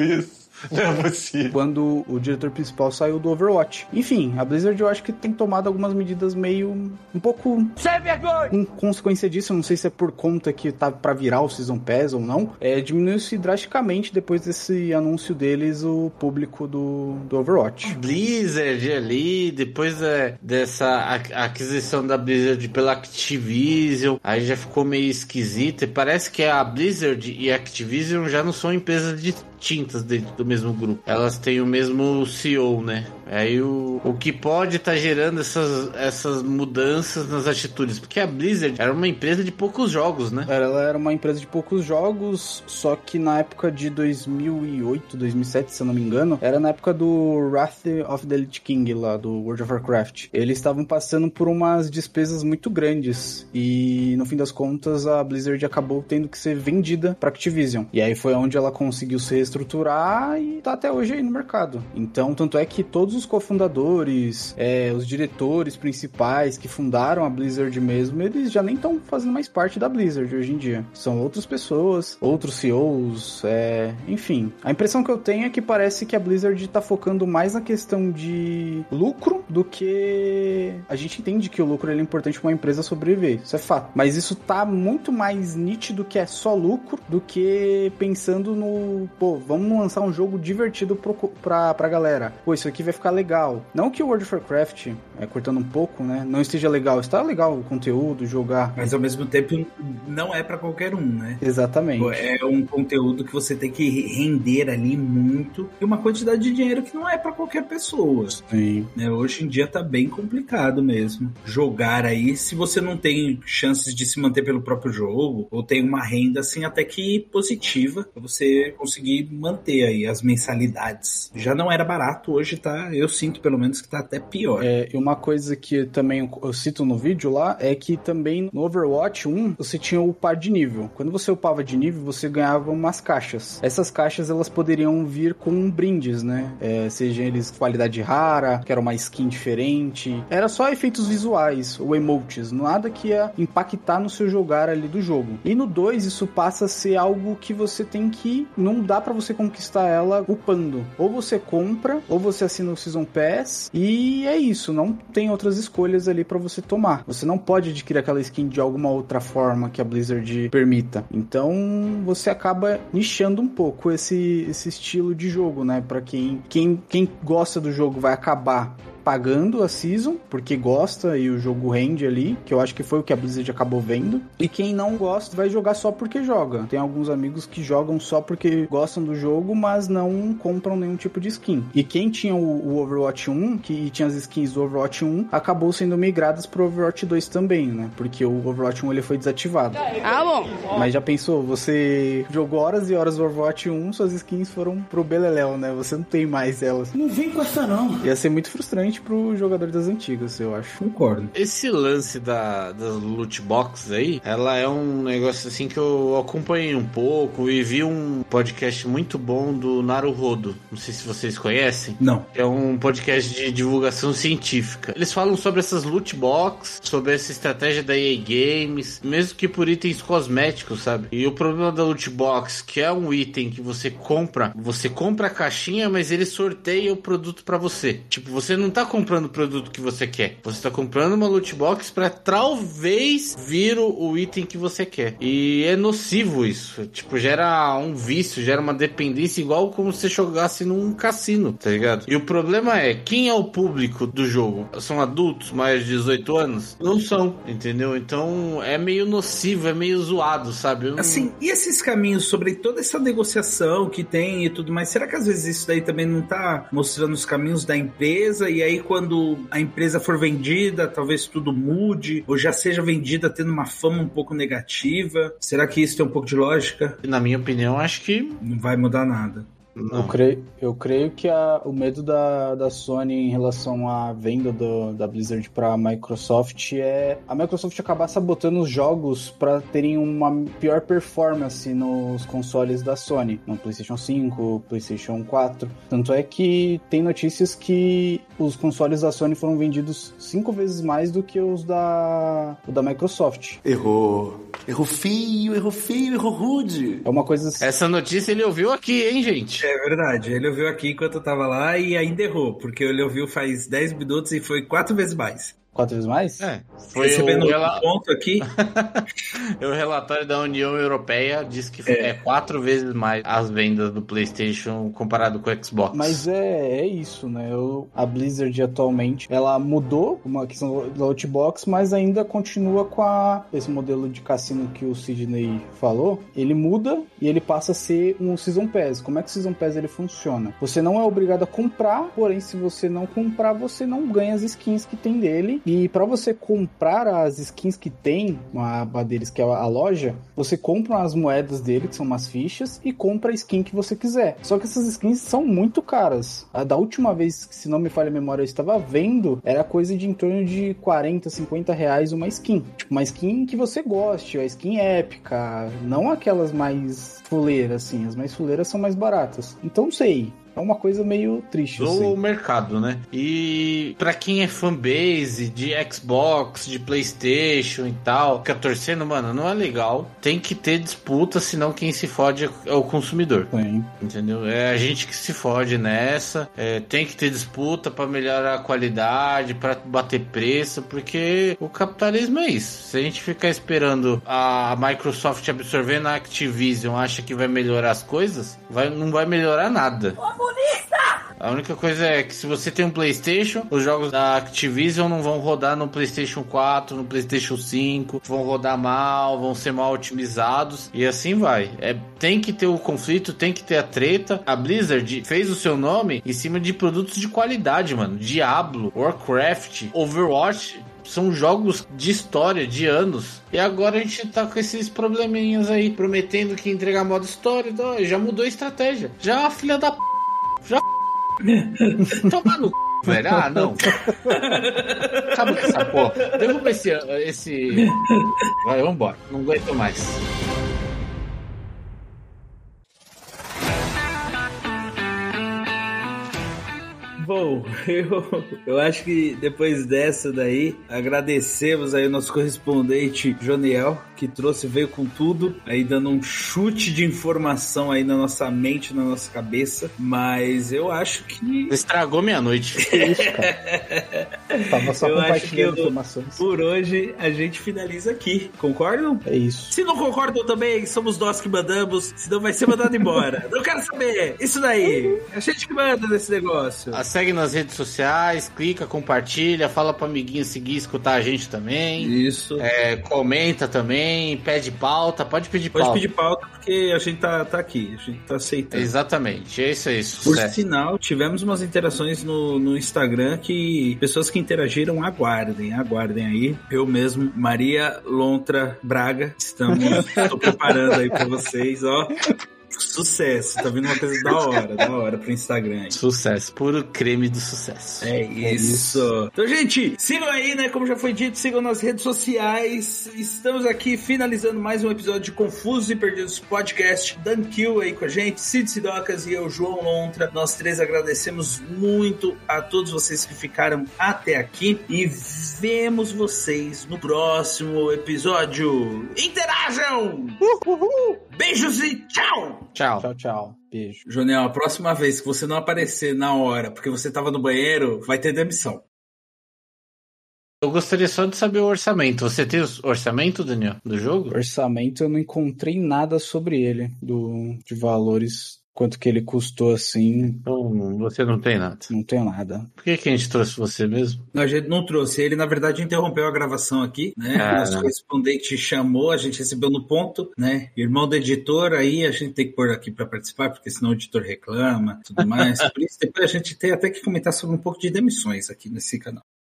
Não é possível. Quando o diretor principal saiu do Overwatch. Enfim, a Blizzard eu acho que tem tomado algumas medidas meio... um pouco... sem vergonha! Em consequência disso, eu não sei se é por conta que tá pra virar o Season Pass ou não, diminuiu-se drasticamente depois desse anúncio deles o público do Overwatch. Blizzard ali, depois dessa aquisição da Blizzard pela Activision, aí já ficou meio esquisito, e parece que a Blizzard e a Activision já não são empresas distintas dentro do mesmo grupo. Elas têm o mesmo CEO, né? Aí o que pode estar gerando essas mudanças nas atitudes, porque a Blizzard era uma empresa de poucos jogos, né? Ela era uma empresa de poucos jogos, só que na época de 2008, 2007, se eu não me engano, era na época do Wrath of the Lich King lá, do World of Warcraft. Eles estavam passando por umas despesas muito grandes e no fim das contas a Blizzard acabou tendo que ser vendida pra Activision. E aí foi onde ela conseguiu se reestruturar e tá até hoje aí no mercado. Então, tanto é que todos os cofundadores, os diretores principais que fundaram a Blizzard mesmo, eles já nem estão fazendo mais parte da Blizzard hoje em dia. São outras pessoas, outros CEOs, enfim. A impressão que eu tenho é que parece que a Blizzard tá focando mais na questão de lucro do que... A gente entende que o lucro é importante para uma empresa sobreviver, isso é fato. Mas isso tá muito mais nítido que é só lucro do que pensando no... vamos lançar um jogo divertido pra galera. Isso aqui vai ficar legal. Não que o World of Warcraft, cortando um pouco, né, não esteja legal. Está legal o conteúdo, jogar. Mas ao mesmo tempo não é pra qualquer um, né? Exatamente. É um conteúdo que você tem que render ali muito e uma quantidade de dinheiro que não é pra qualquer pessoa. Sim. Hoje em dia tá bem complicado mesmo. Jogar aí, se você não tem chances de se manter pelo próprio jogo, ou tem uma renda assim até que positiva, pra você conseguir manter aí as mensalidades. Já não era barato, hoje tá, eu sinto pelo menos que tá até pior. E uma coisa que também eu cito no vídeo lá, é que também no Overwatch 1, você tinha o upar de nível. Quando você upava de nível, você ganhava umas caixas. Essas caixas, elas poderiam vir com brindes, né? Seja eles qualidade rara, que era uma skin diferente. Era só efeitos visuais, ou emotes, nada que ia impactar no seu jogar ali do jogo. E no 2, isso passa a ser algo que você tem que... não dá pra você conquistar ela upando. Ou você compra, ou você assina o Season Pass, e é isso, não tem outras escolhas ali pra você tomar. Você não pode adquirir aquela skin de alguma outra forma que a Blizzard permita. Então, você acaba nichando um pouco esse estilo de jogo, né? Pra quem gosta do jogo vai acabar pagando a Season, porque gosta e o jogo rende ali, que eu acho que foi o que a Blizzard acabou vendo. E quem não gosta vai jogar só porque joga. Tem alguns amigos que jogam só porque gostam do jogo, mas não compram nenhum tipo de skin. E quem tinha o Overwatch 1, que tinha as skins do Overwatch 1, acabou sendo migradas pro Overwatch 2 também, né? Porque o Overwatch 1 ele foi desativado. Ah, bom. Mas já pensou, você jogou horas e horas do Overwatch 1, suas skins foram pro beleléu, né? Você não tem mais elas. Não vem com essa não. Ia ser muito frustrante pro jogador das antigas, eu acho. Concordo. Esse lance das loot boxes aí, ela é um negócio assim que eu acompanhei um pouco e vi um podcast muito bom do Naruhodo. Não sei se vocês conhecem. Não. É um podcast de divulgação científica. Eles falam sobre essas loot boxes, sobre essa estratégia da EA Games, mesmo que por itens cosméticos, sabe? E o problema da loot box, que é um item que você compra a caixinha, mas ele sorteia o produto pra você. Tipo, você não tá comprando o produto que você quer. Você tá comprando uma loot box pra talvez vir o item que você quer. E é nocivo isso. Tipo, gera um vício, gera uma dependência igual como se você jogasse num cassino, tá ligado? E o problema é, quem é o público do jogo? São adultos maiores de 18 anos? Não são, entendeu? Então é meio nocivo, é meio zoado, sabe? Assim, e esses caminhos sobre toda essa negociação que tem e tudo mais, será que às vezes isso daí também não tá mostrando os caminhos da empresa e aí quando a empresa for vendida, talvez tudo mude, ou já seja vendida tendo uma fama um pouco negativa? Será que isso tem um pouco de lógica? Na minha opinião, acho que não vai mudar nada. Eu creio que o medo da Sony em relação à venda da Blizzard para a Microsoft é a Microsoft acabar sabotando os jogos para terem uma pior performance nos consoles da Sony, no PlayStation 5, PlayStation 4. Tanto é que tem notícias que os consoles da Sony foram vendidos 5 vezes mais do que os da Microsoft. Errou. Errou feio, errou rude. É uma coisa assim. Essa notícia ele ouviu aqui, hein, gente? É verdade, ele ouviu aqui enquanto eu tava lá e ainda errou, porque ele ouviu faz 10 minutos e foi 4 vezes mais. 4 vezes mais? Foi recebendo ponto aqui. O relatório da União Europeia diz que é 4 vezes mais as vendas do PlayStation comparado com o Xbox. Mas é isso, né? A Blizzard atualmente, ela mudou uma questão do lootbox, mas ainda continua com esse modelo de cassino que o Sidney falou. Ele muda e ele passa a ser um Season Pass. Como é que o Season Pass ele funciona? Você não é obrigado a comprar, porém se você não comprar, você não ganha as skins que tem dele. E para você comprar as skins que tem, uma deles que é a loja, você compra as moedas dele, que são umas fichas, e compra a skin que você quiser. Só que essas skins são muito caras. Da última vez, que se não me falha a memória, eu estava vendo, era coisa de em torno de 40, 50 reais uma skin. Tipo, uma skin que você goste, a skin épica, não aquelas mais fuleiras, assim. As mais fuleiras são mais baratas. Então, sei. É uma coisa meio triste, do mercado, né? E pra quem é fanbase de Xbox, de PlayStation e tal, fica torcendo, mano, não é legal. Tem que ter disputa, senão quem se fode é o consumidor. Sim. Entendeu? É a gente que se fode nessa. Tem que ter disputa pra melhorar a qualidade, pra bater preço, porque o capitalismo é isso. Se a gente ficar esperando a Microsoft absorvendo a Activision, acha que vai melhorar as coisas, não vai melhorar nada. A única coisa é que se você tem um PlayStation, os jogos da Activision não vão rodar no PlayStation 4, no PlayStation 5, vão rodar mal, vão ser mal otimizados e assim vai. Tem que ter o conflito, tem que ter a treta. A Blizzard fez o seu nome em cima de produtos de qualidade, mano. Diablo, Warcraft, Overwatch. São jogos de história, de anos. E agora a gente tá com esses probleminhas aí, prometendo que entregar modo história. Então, já mudou a estratégia. Já a filha da p... Já toma no c... velho. Ah, não. Acaba com essa porra. Derruba esse... Vai, vambora. Não aguento mais. Bom, eu acho que depois dessa daí, agradecemos aí o nosso correspondente Joniel, que veio com tudo, aí dando um chute de informação aí na nossa mente, na nossa cabeça, mas eu acho que... Estragou minha noite. Isso, cara. Tava só compartilhando informações. Por hoje, a gente finaliza aqui. Concordam? É isso. Se não concordam também, somos nós que mandamos, senão vai ser mandado embora. Não quero saber. Isso daí. A gente que manda nesse negócio. Segue nas redes sociais, clica, compartilha, fala pro amiguinho seguir, escutar a gente também. Isso. Comenta também, pede pauta, pode pedir pauta. Pode pedir pauta porque a gente tá aqui, a gente tá aceitando. Exatamente, é isso aí. Por sinal, tivemos umas interações no Instagram que pessoas que interagiram, aguardem aí. Eu mesmo, Maria Lontra Braga, estou preparando aí pra vocês, ó. Sucesso, tá vindo uma coisa da hora pro Instagram aí. Sucesso, puro creme do sucesso. É isso. Então, gente, sigam aí, né? Como já foi dito, sigam nas redes sociais. Estamos aqui finalizando mais um episódio de Confusos e Perdidos Podcast. Dan Kill aí com a gente, Cid Sidocas e eu, João Lontra. Nós três agradecemos muito a todos vocês que ficaram até aqui e vemos vocês no próximo episódio. Interajam! Beijos e tchau! Tchau. Tchau, tchau. Beijo. Jonel, a próxima vez que você não aparecer na hora porque você tava no banheiro, vai ter demissão. Eu gostaria só de saber o orçamento. Você tem o orçamento, Daniel, do jogo? Orçamento, eu não encontrei nada sobre ele, de valores, quanto que ele custou assim. Então, você não tem nada? Não tenho nada. Por que a gente trouxe você mesmo? Não, a gente não trouxe. Ele, na verdade, interrompeu a gravação aqui, né? Nosso correspondente chamou, a gente recebeu no ponto, né? Irmão do editor, aí a gente tem que pôr aqui para participar, porque senão o editor reclama, tudo mais. Por isso, depois a gente tem até que comentar sobre um pouco de demissões aqui nesse canal.